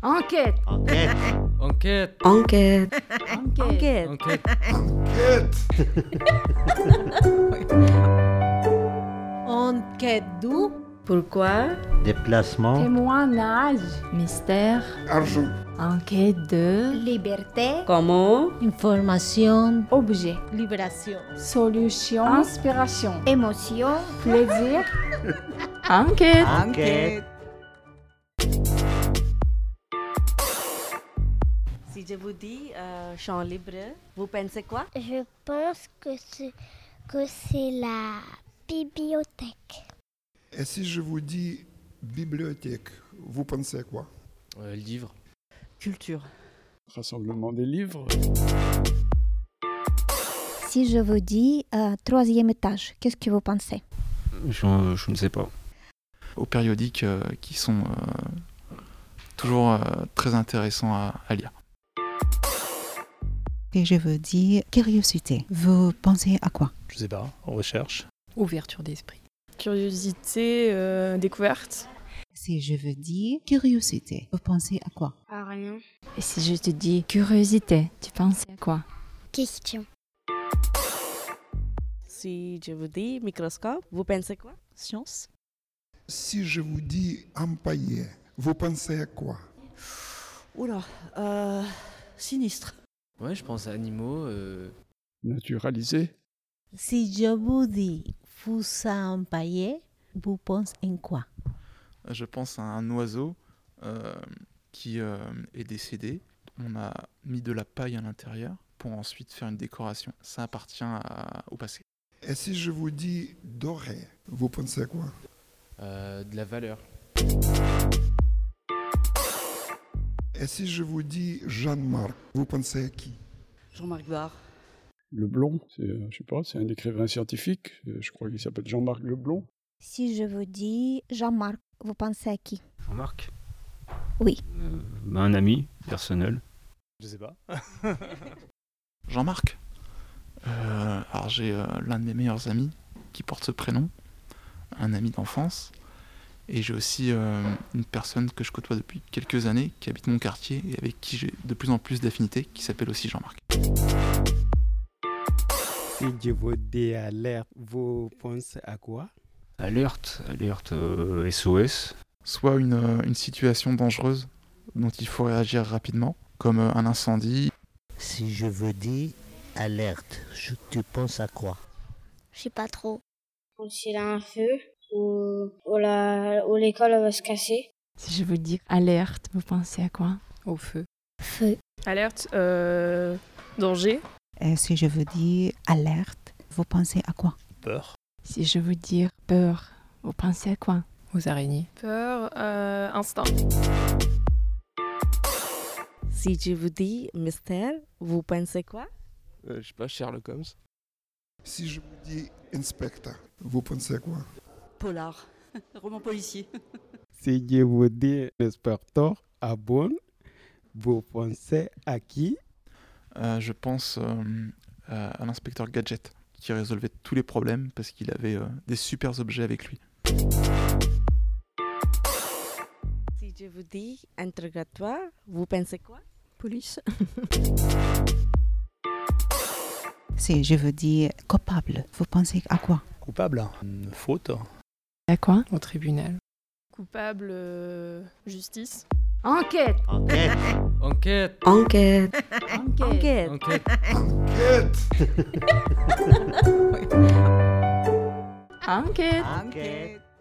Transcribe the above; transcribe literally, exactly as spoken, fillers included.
Enquête. Enquête. Enquête. Enquête. Enquête. Enquête. Enquête d'où? Pourquoi? Déplacement. Témoignage. Mystère. Argent. Enquête de. Liberté, Comment? information, Objet. libération, Solution. Inspiration. émotion, Plaisir. Enquête. Enquête. Si je vous dis euh, champ libre, vous pensez quoi? Je pense que c'est, que c'est la bibliothèque. Et si je vous dis bibliothèque, vous pensez quoi? Euh, livre. Culture. Rassemblement des livres. Si je vous dis euh, troisième étage, qu'est-ce que vous pensez? Je, je ne sais pas. Aux périodiques euh, qui sont euh, toujours euh, très intéressants à, à lire. Et je veux dire curiosité. Vous pensez à quoi? Je sais pas, recherche. Ouverture d'esprit. Curiosité, euh, découverte. Si je veux dire curiosité, vous pensez à quoi? À rien. Et si je te dis curiosité, tu penses à quoi? Question. Si je vous dis microscope, vous pensez quoi? Science. Si je vous dis empaillé, vous pensez à quoi? Oula, euh, sinistre. Ouais, je pense à animaux. Euh... Naturalisé. Si je vous dis foussin empaillé, vous pensez en quoi? Je pense à un oiseau euh, qui euh, est décédé. On a mis de la paille à l'intérieur pour ensuite faire une décoration. Ça appartient à, au passé. Et si je vous dis doré, vous pensez à quoi? Euh, de la valeur. Et si je vous dis Jean-Marc, vous pensez à qui? Jean-Marc Barre. Leblond, c'est, euh, je sais pas, c'est un écrivain scientifique. euh, Je crois qu'il s'appelle Jean-Marc Leblond. Si je vous dis Jean-Marc, vous pensez à qui? Jean-Marc? Oui. Euh, bah, un ami personnel. Je sais pas. Jean-Marc. Euh, alors j'ai euh, l'un de mes meilleurs amis qui porte ce prénom, un ami d'enfance. Et j'ai aussi euh, une personne que je côtoie depuis quelques années, qui habite mon quartier et avec qui j'ai de plus en plus d'affinités, qui s'appelle aussi Jean-Marc. Si je vous dis alerte, vous pensez à quoi? Alerte, alerte euh, S O S. Soit une, euh, une situation dangereuse dont il faut réagir rapidement, comme euh, un incendie. Si je vous dis alerte, je, tu penses à quoi? Je sais pas trop. Quand il y a un feu, ou, ou, la, ou l'école va se casser. Si je vous dis alerte, vous pensez à quoi? Au feu. Feu. Alerte, euh, danger. Et si je veux dire alerte, vous pensez à quoi? Peur. Si je vous dis peur, vous pensez à quoi? Aux araignées. Peur, euh, instinct. Si je vous dis mystère, vous pensez quoi? Euh, je sais pas, Sherlock Holmes. Si je vous dis inspecteur, vous pensez à quoi? Polar. Roman policier. Si je vous dis inspecteur à Bonn, vous pensez à qui? Euh, je pense euh, à, à l'inspecteur Gadget, qui résolvait tous les problèmes parce qu'il avait euh, des super objets avec lui. Si je vous dis interrogatoire, vous pensez quoi? Police. Si je veux dire coupable, vous pensez à quoi? Coupable. Une faute. À quoi? Au tribunal. Coupable, euh, justice. Enquête. Enquête. Enquête. Enquête. Enquête. Enquête. Enquête. Enquête. Enquête. Enquête.